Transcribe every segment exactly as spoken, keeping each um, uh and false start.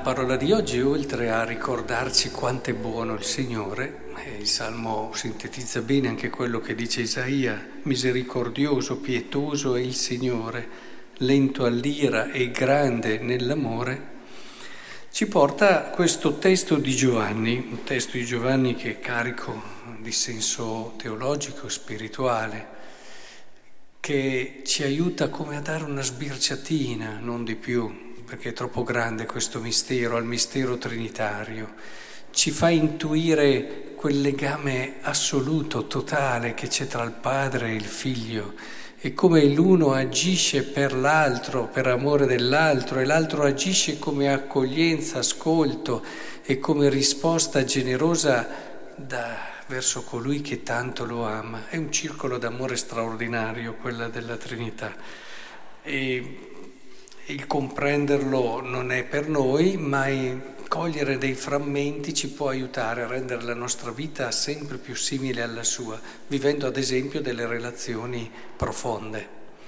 parola di oggi, oltre a ricordarci quanto è buono il Signore, eh, il Salmo sintetizza bene anche quello che dice Isaia: misericordioso, pietoso è il Signore, lento all'ira e grande nell'amore. Ci porta questo testo di Giovanni, un testo di Giovanni che è carico di senso teologico, spirituale, che ci aiuta come a dare una sbirciatina, non di più, perché è troppo grande questo mistero, al mistero trinitario. Ci fa intuire quel legame assoluto, totale, che c'è tra il Padre e il Figlio, e come l'uno agisce per l'altro, per amore dell'altro, e l'altro agisce come accoglienza, ascolto e come risposta generosa da, verso colui che tanto lo ama. È un circolo d'amore straordinario, quella della Trinità. E il comprenderlo non è per noi, ma cogliere dei frammenti ci può aiutare a rendere la nostra vita sempre più simile alla sua, vivendo ad esempio delle relazioni profonde.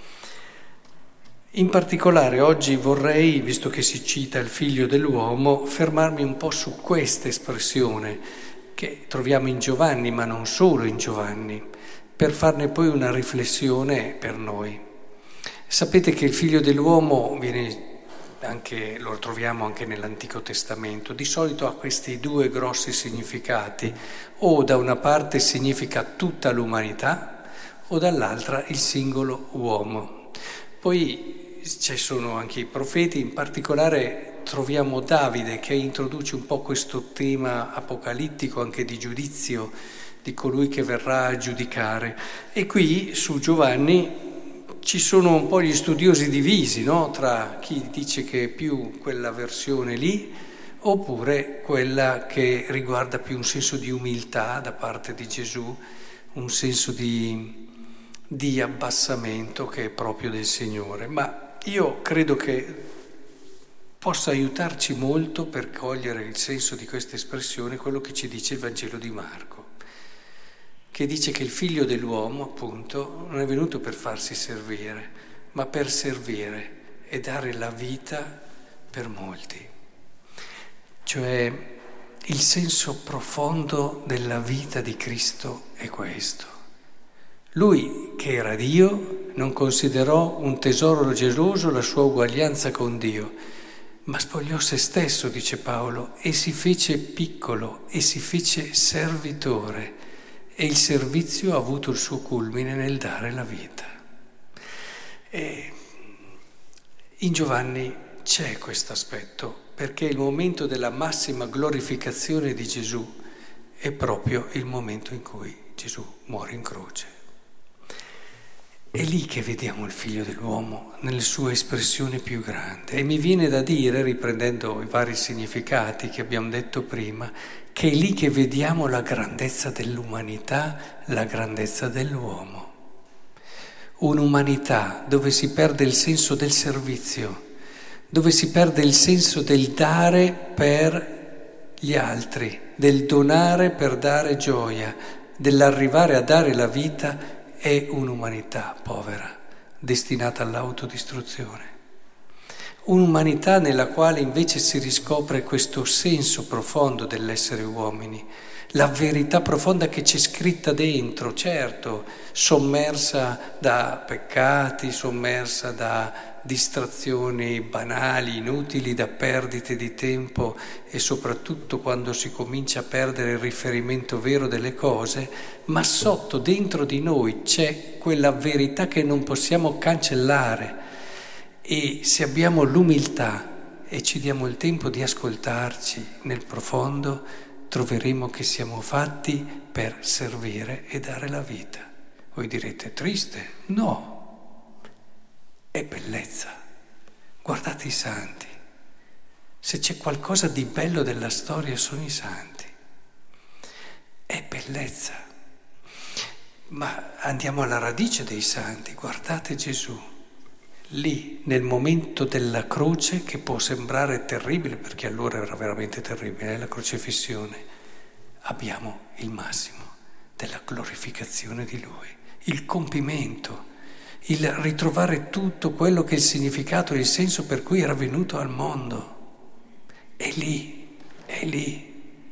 In particolare oggi vorrei, visto che si cita il Figlio dell'uomo, fermarmi un po' su questa espressione che troviamo in Giovanni, ma non solo in Giovanni, per farne poi una riflessione per noi. Sapete che il Figlio dell'uomo viene anche, lo troviamo anche nell'Antico Testamento, di solito ha questi due grossi significati: o da una parte significa tutta l'umanità, o dall'altra il singolo uomo. Poi ci sono anche i profeti, in particolare troviamo Davide che introduce un po' questo tema apocalittico anche di giudizio, di colui che verrà a giudicare. E qui su Giovanni ci sono un po' gli studiosi divisi, no? Tra chi dice che è più quella versione lì, oppure quella che riguarda più un senso di umiltà da parte di Gesù, un senso di, di abbassamento che è proprio del Signore. Ma io credo che possa aiutarci molto per cogliere il senso di questa espressione quello che ci dice il Vangelo di Marco, che dice che il Figlio dell'uomo, appunto, non è venuto per farsi servire, ma per servire e dare la vita per molti. Cioè, il senso profondo della vita di Cristo è questo. Lui, che era Dio, non considerò un tesoro geloso la sua uguaglianza con Dio, ma spogliò se stesso, dice Paolo, e si fece piccolo e si fece servitore. E il servizio ha avuto il suo culmine nel dare la vita. E in Giovanni c'è questo aspetto, perché il momento della massima glorificazione di Gesù è proprio il momento in cui Gesù muore in croce. È lì che vediamo il Figlio dell'uomo nelle sue espressioni più grandi. E mi viene da dire, riprendendo i vari significati che abbiamo detto prima, che è lì che vediamo la grandezza dell'umanità, la grandezza dell'uomo. Un'umanità dove si perde il senso del servizio, dove si perde il senso del dare per gli altri, del donare per dare gioia, dell'arrivare a dare la vita. È un'umanità povera, destinata all'autodistruzione. Un'umanità nella quale invece si riscopre questo senso profondo dell'essere uomini, la verità profonda che c'è scritta dentro, certo, sommersa da peccati, sommersa da distrazioni banali, inutili, da perdite di tempo e soprattutto quando si comincia a perdere il riferimento vero delle cose, ma sotto, dentro di noi, c'è quella verità che non possiamo cancellare. E se abbiamo l'umiltà e ci diamo il tempo di ascoltarci nel profondo, troveremo che siamo fatti per servire e dare la vita. Voi direte, triste? No, è bellezza. Guardate i santi. Se c'è qualcosa di bello della storia sono i santi. È bellezza. Ma andiamo alla radice dei santi, guardate Gesù. Lì, nel momento della croce, che può sembrare terribile, perché allora era veramente terribile, eh, la crocifissione, abbiamo il massimo della glorificazione di Lui, il compimento, il ritrovare tutto quello che è il significato e il senso per cui era venuto al mondo. È lì, è lì.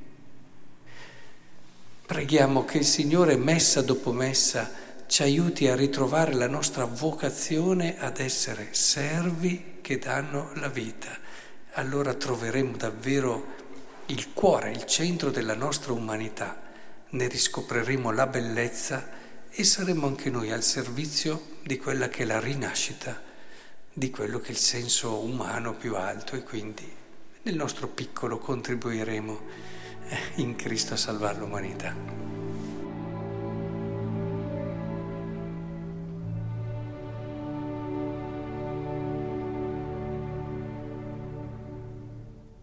Preghiamo che il Signore, messa dopo messa, ci aiuti a ritrovare la nostra vocazione ad essere servi che danno la vita. Allora troveremo davvero il cuore, il centro della nostra umanità, ne riscopriremo la bellezza e saremo anche noi al servizio di quella che è la rinascita, di quello che è il senso umano più alto, e quindi nel nostro piccolo contribuiremo in Cristo a salvare l'umanità.